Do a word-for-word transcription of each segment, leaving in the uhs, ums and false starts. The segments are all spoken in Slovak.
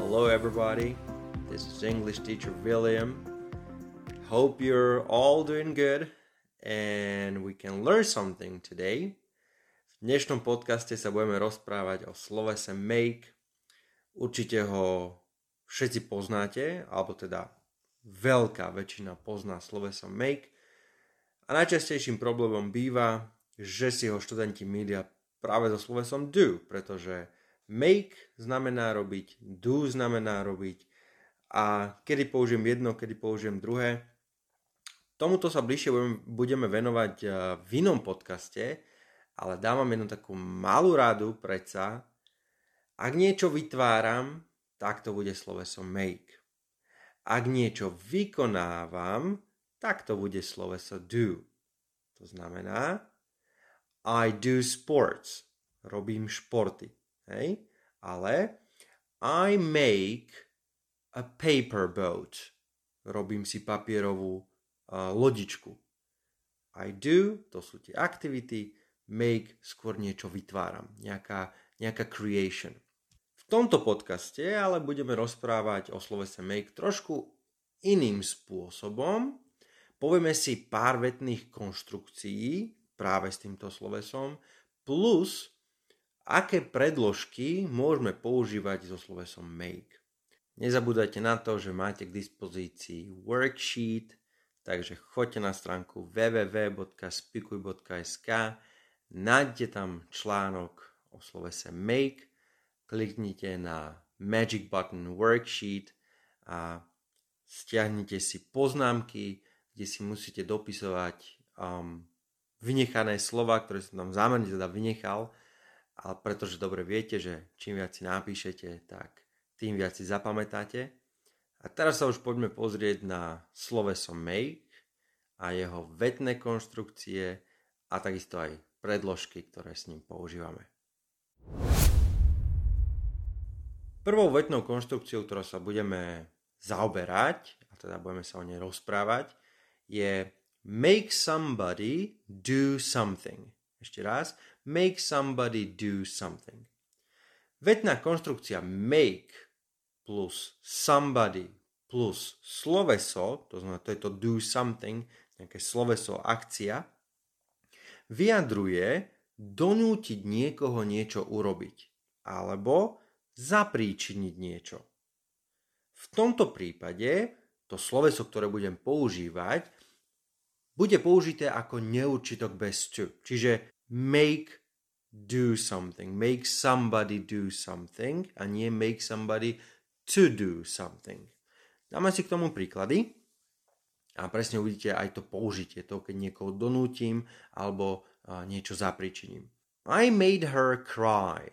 Hello everybody, this is English teacher William. Hope you're all doing good and we can learn something today. V dnešnom podcaste sa budeme rozprávať o slovese make. Určite ho všetci poznáte, alebo teda veľká väčšina pozná sloveso make. A najčastejším problémom býva, že si ho študenti mýlia práve so slovesom do, pretože make znamená robiť, do znamená robiť a kedy použijem jedno, kedy použijem druhé. Tomuto sa bližšie budeme venovať v inom podcaste, ale dávam jednu takú malú radu predsa. Ak niečo vytváram, tak to bude sloveso make. Ak niečo vykonávam, tak to bude sloveso do. To znamená I do sports. Robím športy. Hej? Ale I make a paper boat. Robím si papierovú uh, lodičku. I do, to sú tie aktivity, make, skôr niečo vytváram. Nejaká, nejaká creation. V tomto podcaste ale budeme rozprávať o slovese make trošku iným spôsobom. Povieme si pár vetných konštrukcií práve s týmto slovesom, plus aké predložky môžeme používať so slovesom make. Nezabúdajte na to, že máte k dispozícii worksheet, takže choďte na stránku w w w bodka spikuj bodka es ka, nájdete tam článok o slovese make, kliknite na magic button worksheet a stiahnite si poznámky, kde si musíte dopisovať um, vynechané slova, ktoré som tam zámerne teda vynechal, ale pretože dobre viete, že čím viac si napíšete, tak tým viac si zapamätáte. A teraz sa už poďme pozrieť na sloveso make a jeho vetné konštrukcie a takisto aj predložky, ktoré s ním používame. Prvou vetnou konštrukciou, ktorou sa budeme zaoberať, a teda budeme sa o nej rozprávať, je make somebody do something. Ešte raz. Make somebody do something. Vetná konštrukcia make plus somebody plus sloveso, to znamená, to je to do something, nejaké sloveso, akcia, vyjadruje donútiť niekoho niečo urobiť alebo zapríčiniť niečo. V tomto prípade to sloveso, ktoré budem používať, bude použité ako neurčitok bez to. Čiže make do something. Make somebody do something a nie make somebody to do something. Dáme si k tomu príklady a presne uvidíte aj to použitie, to keď niekoho donútim alebo uh, niečo zapričiním. I made her cry.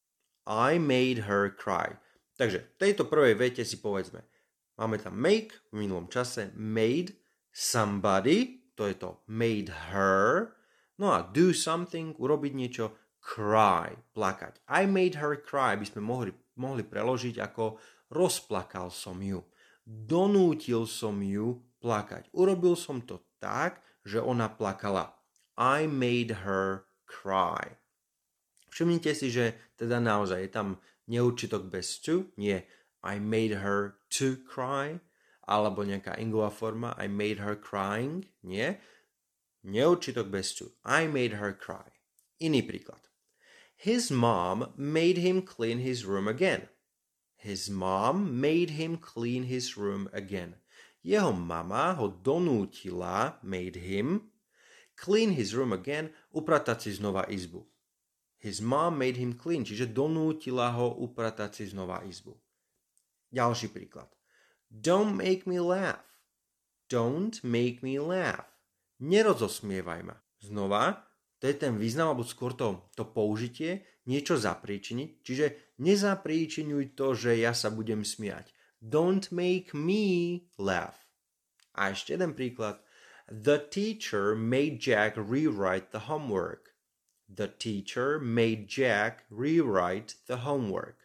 I made her cry. Takže v tejto prvej vete si povedzme, máme tam make v minulom čase, made somebody, to je to made her. No a do something, urobiť niečo, cry, plakať. I made her cry by sme mohli, mohli preložiť ako rozplakal som ju. Donútil som ju plakať. Urobil som to tak, že ona plakala. I made her cry. Všimnite si, že teda naozaj je tam neurčitok bez to, nie I made her to cry, alebo nejaká ingová forma I made her crying, nie. Neurčitok bez to. I made her cry. Iný príklad. His mom made him clean his room again. His mom made him clean his room again. Jeho mama ho donútila, made him, clean his room again, upratať si znova izbu. His mom made him clean, čiže donútila ho upratať si znova izbu. Ďalší príklad. Don't make me laugh. Don't make me laugh. Nerozosmievaj ma. Znova, to je ten význam, alebo skôr to, to použitie, niečo zapríčiniť, čiže nezapríčinuj to, že ja sa budem smiať. Don't make me laugh. A ešte jeden príklad. The teacher made Jack rewrite the homework. The teacher made Jack rewrite the homework.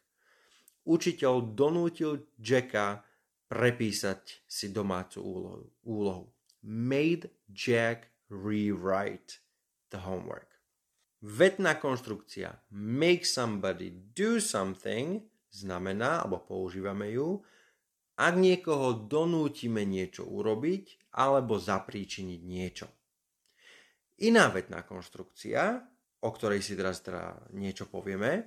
Učiteľ donútil Jacka prepísať si domácu úlohu. úlohu. Made Jack rewrite the homework. Vetná konštrukcia make somebody do something znamená, alebo používame ju, ak niekoho donútime niečo urobiť alebo zapríčiniť niečo. Iná vetná konštrukcia, o ktorej si teraz teda niečo povieme,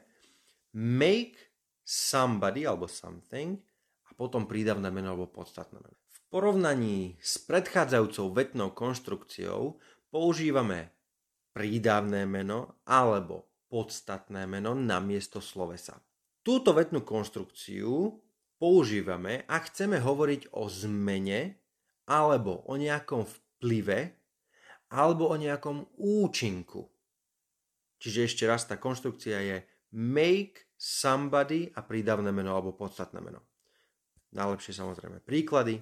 make somebody alebo something a potom prídavné meno alebo podstatné meno. V porovnaní s predchádzajúcou vetnou konštrukciou používame prídavné meno alebo podstatné meno namiesto slovesa. Túto vetnú konštrukciu používame, ak chceme hovoriť o zmene alebo o nejakom vplyve alebo o nejakom účinku. Čiže ešte raz, tá konštrukcia je make somebody a prídavné meno alebo podstatné meno. Najlepšie samozrejme príklady.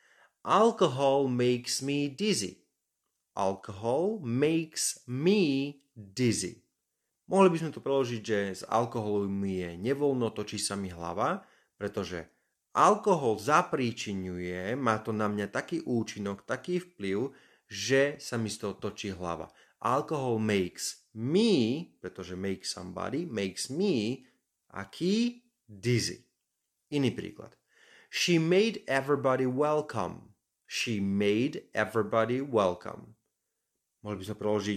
Alcohol makes me dizzy. Alcohol makes me dizzy. Mohli by sme to preložiť, že z alkoholu mi je nevoľno, točí sa mi hlava, pretože alkohol zapríčiňuje, má to na mňa taký účinok, taký vplyv, že sa mi z toho točí hlava. Alcohol makes me, pretože make somebody, makes me, aký? Dizzy. Iný príklad. She made everybody welcome. She made everybody welcome. Mohli by sme preložiť,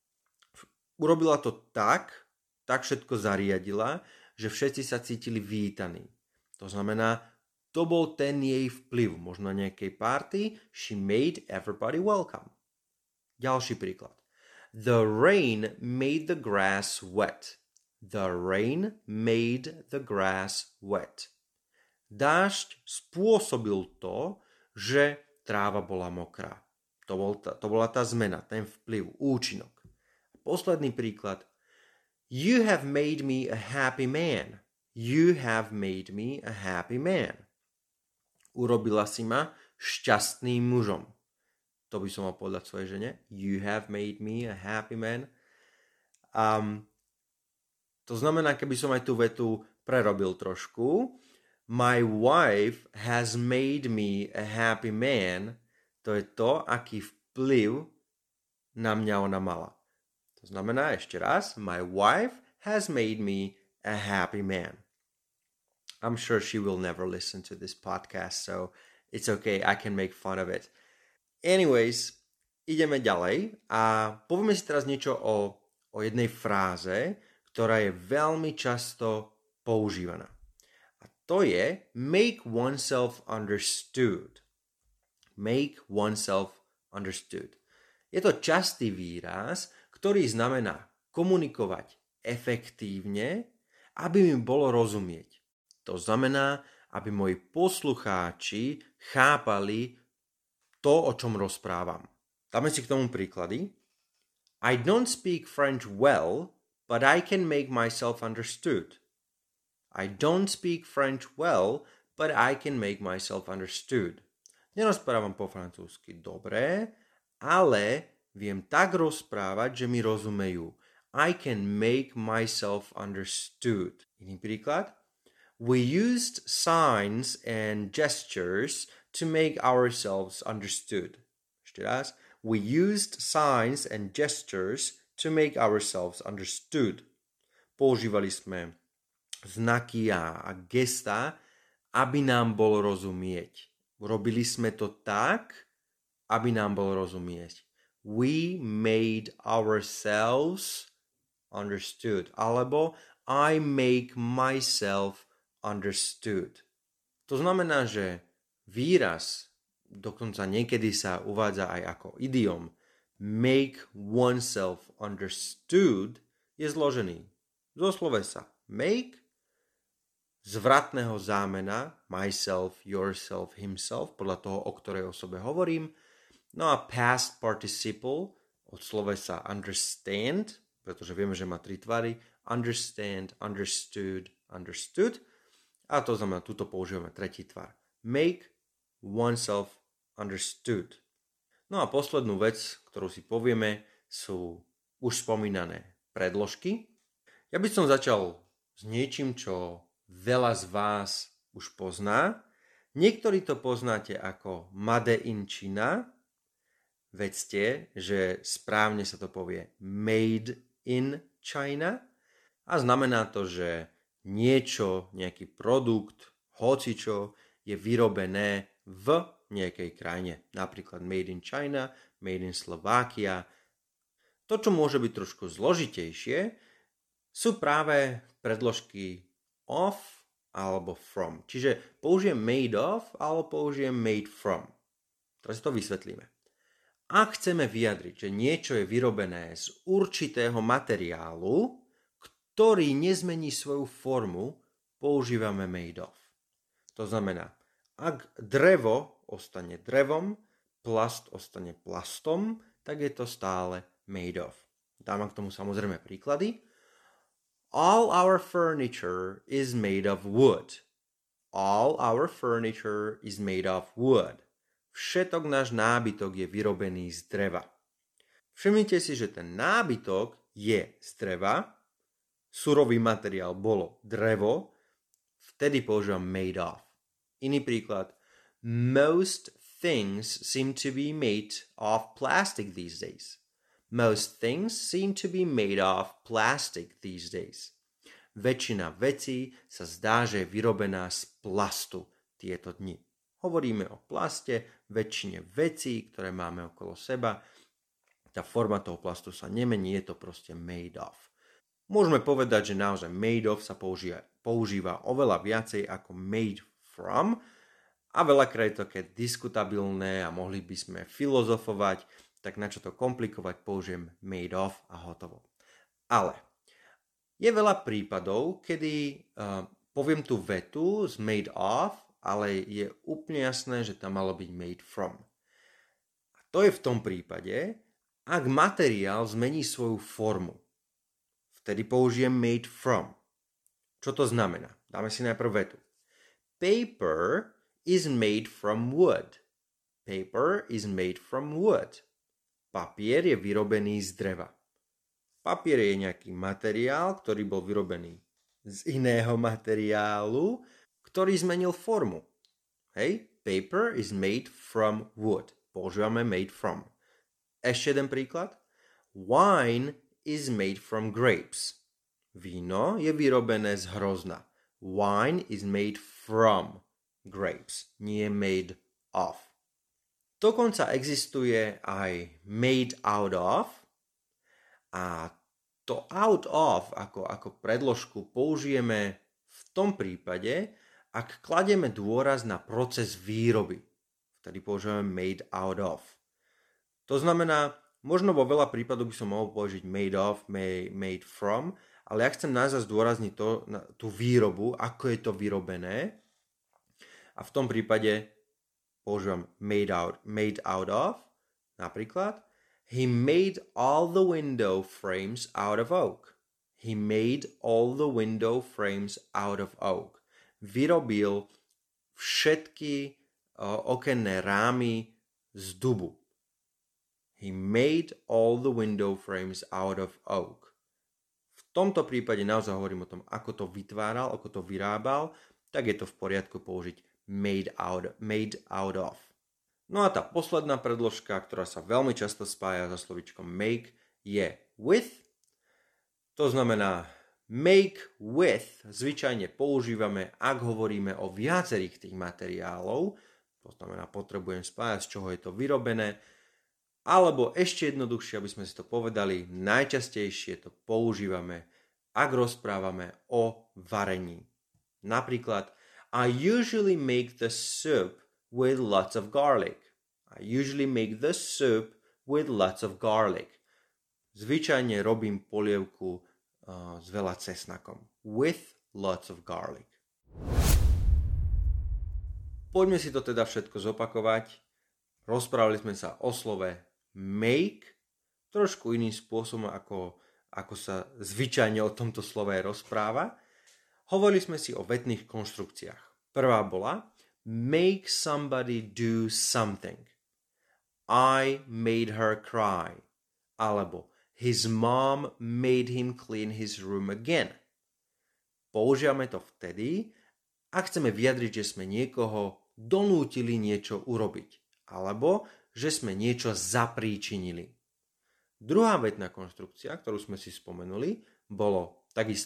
urobila to tak, tak všetko zariadila, že všetci sa cítili vítaní. To znamená, to bol ten jej vplyv, možno na nejakej party, she made everybody welcome. Ďalší príklad. The rain made the grass wet. The rain made the grass wet. Dážď spôsobil to, že tráva bola mokrá. To, bol ta, to bola tá zmena, ten vplyv, účinok. Posledný príklad. You have made me a happy man. You have made me a happy man. Urobila si ma šťastným mužom. To by som mal povedať svojej žene. You have made me a happy man. Um, to znamená, keby som aj tú vetu prerobil trošku. My wife has made me a happy man. To je to, aký vplyv na mňa ona mala. To znamená ešte raz. My wife has made me a happy man. I'm sure she will never listen to this podcast, so it's okay, I can make fun of it. Anyways, ideme ďalej a povieme si teraz niečo o, o jednej fráze, ktorá je veľmi často používaná. A to je make oneself understood. Make oneself understood. Je to častý výraz, ktorý znamená komunikovať efektívne, aby mi bolo rozumieť. To znamená, aby moji poslucháči chápali to, o čom rozprávam. Dáme si k tomu príklady. I don't speak French well, but I can make myself understood. I don't speak French well, but I can make myself understood. Nerozprávam po francúzsky dobre, ale viem tak rozprávať, že mi rozumejú. I can make myself understood. Iný príklad. We used signs and gestures to make ourselves understood. Ešte raz. We used signs and gestures to make ourselves understood. Používali sme znaky a gesta, aby nám bolo rozumieť. Robili sme to tak, aby nám bolo rozumieť. We made ourselves understood. Alebo I make myself understood. To znamená, že výraz, dokonca niekedy sa uvádza aj ako idiom, make oneself understood, je zložený zo slovesa make, zvratného zámena myself, yourself, himself, podľa toho, o ktorej osobe hovorím. No a past participle od slovesa understand, pretože vieme, že má tri tvary, understand, understood, understood. A to znamená, tuto používame tretí tvar. Make oneself understood. No a poslednú vec, ktorú si povieme, sú už spomínané predložky. Ja by som začal s niečím, čo veľa z vás už pozná. Niektorí to poznáte ako Made in China. Vedzte, že správne sa to povie Made in China. A znamená to, že niečo, nejaký produkt, hocičo je vyrobené v nejakej krajine. Napríklad made in China, made in Slovakia. To, čo môže byť trošku zložitejšie, sú práve predložky of alebo from. Čiže použijem made of alebo použijem made from. Teraz to vysvetlíme. Ak chceme vyjadriť, že niečo je vyrobené z určitého materiálu, ktorý nezmení svoju formu, používame made of. To znamená, ak drevo ostane drevom, plast ostane plastom, tak je to stále made of. Dám k tomu samozrejme príklady. All our furniture is made of wood. All our furniture is made of wood. Všetok náš nábytok je vyrobený z dreva. Všimnite si, že ten nábytok je z dreva, surový materiál bolo drevo, vtedy používam made of. Iný príklad. Most things seem to be made of plastic these days. Most things seem to be made of plastic these days. Väčšina vecí sa zdá, že je vyrobená z plastu tieto dni. Hovoríme o plaste, väčšine vecí, ktoré máme okolo seba. Tá forma toho plastu sa nemení, je to proste made of. Môžeme povedať, že naozaj made of sa používa, používa oveľa viacej ako made from a veľakrát je to také diskutabilné a mohli by sme filozofovať, tak na čo to komplikovať, použijem made of a hotovo. Ale je veľa prípadov, kedy uh, poviem tú vetu z made of, ale je úplne jasné, že tam malo byť made from. A to je v tom prípade, ak materiál zmení svoju formu. Vtedy použijem made from. Čo to znamená? Dáme si najprv vetu. Paper is made from wood. Paper is made from wood. Papier je vyrobený z dreva. Papier je nejaký materiál, ktorý bol vyrobený z iného materiálu, ktorý zmenil formu. Hej? Paper is made from wood. Používame made from. Ešte jeden príklad. Wine is made from grapes. Víno je vyrobené z hrozna. Wine is made from grapes, nie made of. Dokonca existuje aj made out of a to out of ako, ako predložku použijeme v tom prípade, ak kladieme dôraz na proces výroby. Vtedy používame made out of. To znamená, možno vo veľa prípadov by som mohol použiť made of, made from, ale ja chcem naozaj zdôrazniť to, na tú výrobu, ako je to vyrobené. A v tom prípade používam made out, made out of. Napríklad, he made all the window frames out of oak. He made all the window frames out of oak. Vyrobil všetky uh, okenné rámy z dubu. He made all the window frames out of oak. V tomto prípade naozaj hovorím o tom, ako to vytváral, ako to vyrábal, tak je to v poriadku použiť made out, made out of. No a tá posledná predložka, ktorá sa veľmi často spája so slovíčkom make, je with. To znamená make with zvyčajne používame, ak hovoríme o viacerých tých materiálov, to znamená potrebujem spájať, z čoho je to vyrobené, alebo ešte jednoduchšie, aby sme si to povedali, najčastejšie to používame, ak rozprávame o varení. Napríklad, I usually make the soup with lots of garlic. I usually make the soup with lots of garlic. Zvyčajne robím polievku uh, s veľa cesnakom. With lots of garlic. Poďme si to teda všetko zopakovať. Rozprávali sme sa o slove make, trošku iným spôsobom, ako, ako sa zvyčajne o tomto slove rozpráva. Hovorili sme si o vetných konštrukciách. Prvá bola make somebody do something. I made her cry. Alebo his mom made him clean his room again. Používame to vtedy, ak chceme vyjadriť, že sme niekoho donútili niečo urobiť. Alebo že sme niečo zapríčinili. Druhá vetná konštrukcia, ktorú sme si spomenuli, bolo takisto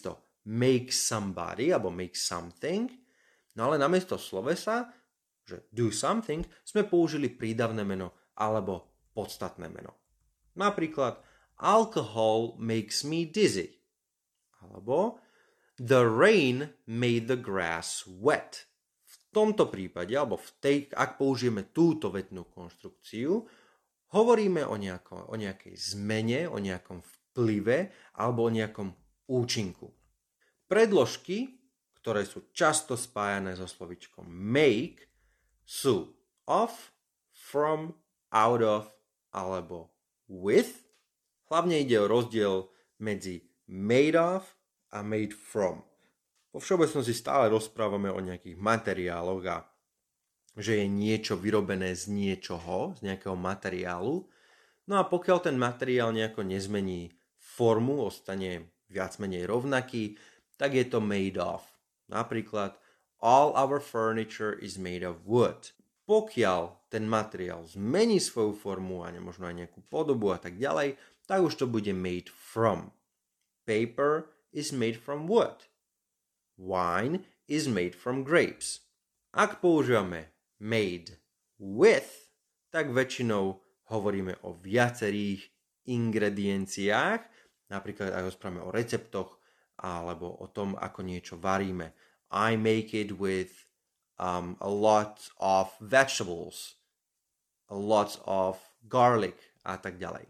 make somebody alebo make something, no ale namiesto slovesa, že do something, sme použili prídavné meno alebo podstatné meno. Napríklad alcohol makes me dizzy. Alebo the rain made the grass wet. V tomto prípade, alebo v tej, ak použijeme túto vetnú konštrukciu, hovoríme o, nejako, o nejakej zmene, o nejakom vplyve alebo o nejakom účinku. Predložky, ktoré sú často spájané so slovičkom make, sú of, from, out of alebo with. Hlavne ide o rozdiel medzi made of a made from. Vo všeobecnosti stále rozprávame o nejakých materiáloch a že je niečo vyrobené z niečoho, z nejakého materiálu. No a pokiaľ ten materiál nejako nezmení formu, ostane viac menej rovnaký, tak je to made of. Napríklad all our furniture is made of wood. Pokiaľ ten materiál zmení svoju formu a možno aj nejakú podobu a tak ďalej, tak už to bude made from. Paper is made from wood. Wine is made from grapes. Ak používame made with, tak väčšinou hovoríme o viacerých ingredienciách, napríklad ak rozprávame o receptoch alebo o tom, ako niečo varíme. I make it with um, a lot of vegetables, a lot of garlic a tak ďalej.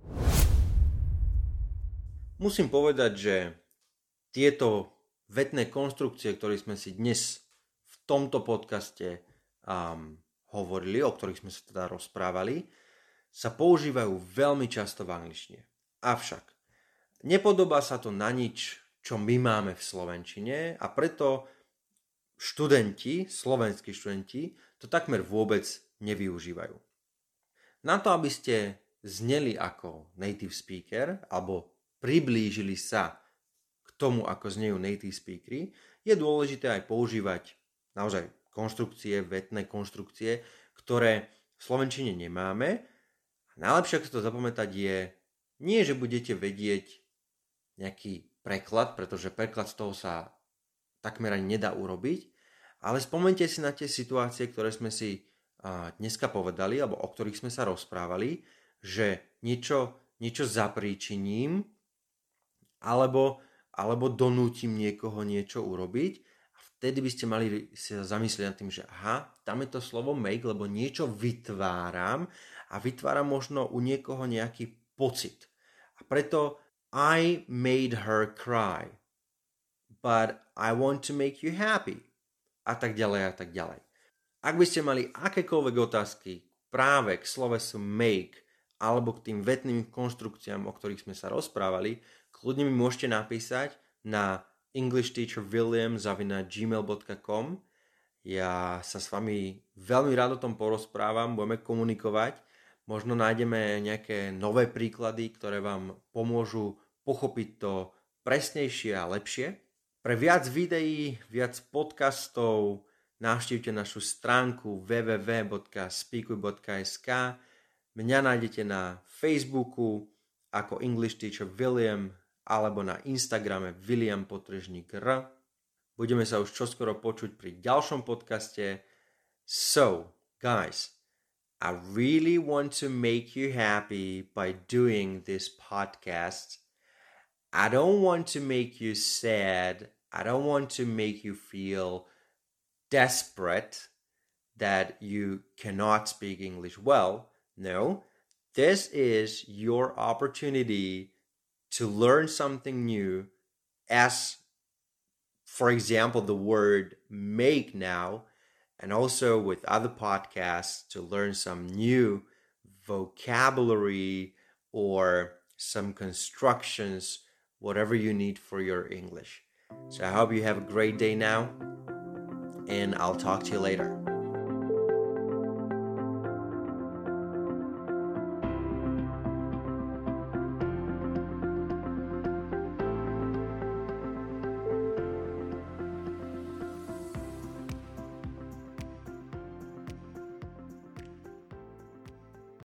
Musím povedať, že tieto vetné konštrukcie, ktoré sme si dnes v tomto podcaste um, hovorili, o ktorých sme sa teda rozprávali, sa používajú veľmi často v angličtine. Avšak nepodobá sa to na nič, čo my máme v slovenčine a preto študenti, slovenskí študenti, to takmer vôbec nevyužívajú. Na to, aby ste zneli ako native speaker alebo priblížili sa k tomu, ako znejú native speakery, je dôležité aj používať naozaj konštrukcie, vetné konštrukcie, ktoré v slovenčine nemáme. A najlepšie, ako to zapamätať, je nie, že budete vedieť nejaký preklad, pretože preklad z toho sa takmer ani nedá urobiť, ale spomeňte si na tie situácie, ktoré sme si dneska povedali, alebo o ktorých sme sa rozprávali, že niečo, niečo zapríčiním, alebo, alebo donútim niekoho niečo urobiť a vtedy by ste mali sa zamyslieť nad tým, že aha, tam je to slovo make, lebo niečo vytváram a vytváram možno u niekoho nejaký pocit. A preto I made her cry, but I want to make you happy. A tak ďalej, a tak ďalej. Ak by ste mali akékoľvek otázky práve k slovesu make alebo k tým vetným konštrukciám, o ktorých sme sa rozprávali, kľudne mi môžete napísať na englishteacherwilliam zavináč gmail bodka com. Ja sa s vami veľmi rád o tom porozprávam, budeme komunikovať. Možno nájdeme nejaké nové príklady, ktoré vám pomôžu pochopiť to presnejšie a lepšie. Pre viac videí, viac podcastov navštívte našu stránku w w w bodka speakuj bodka es ka. Mňa nájdete na Facebooku ako English Teacher William alebo na Instagrame William podtržník R. Budeme sa už čoskoro počuť pri ďalšom podcaste. So, guys, I really want to make you happy by doing this podcast. I don't want to make you sad. I don't want to make you feel desperate that you cannot speak English well. No, this is your opportunity to learn something new, as, for example, the word make now, and also with other podcasts to learn some new vocabulary or some constructions, whatever you need for your English. So I hope you have a great day now, and I'll talk to you later.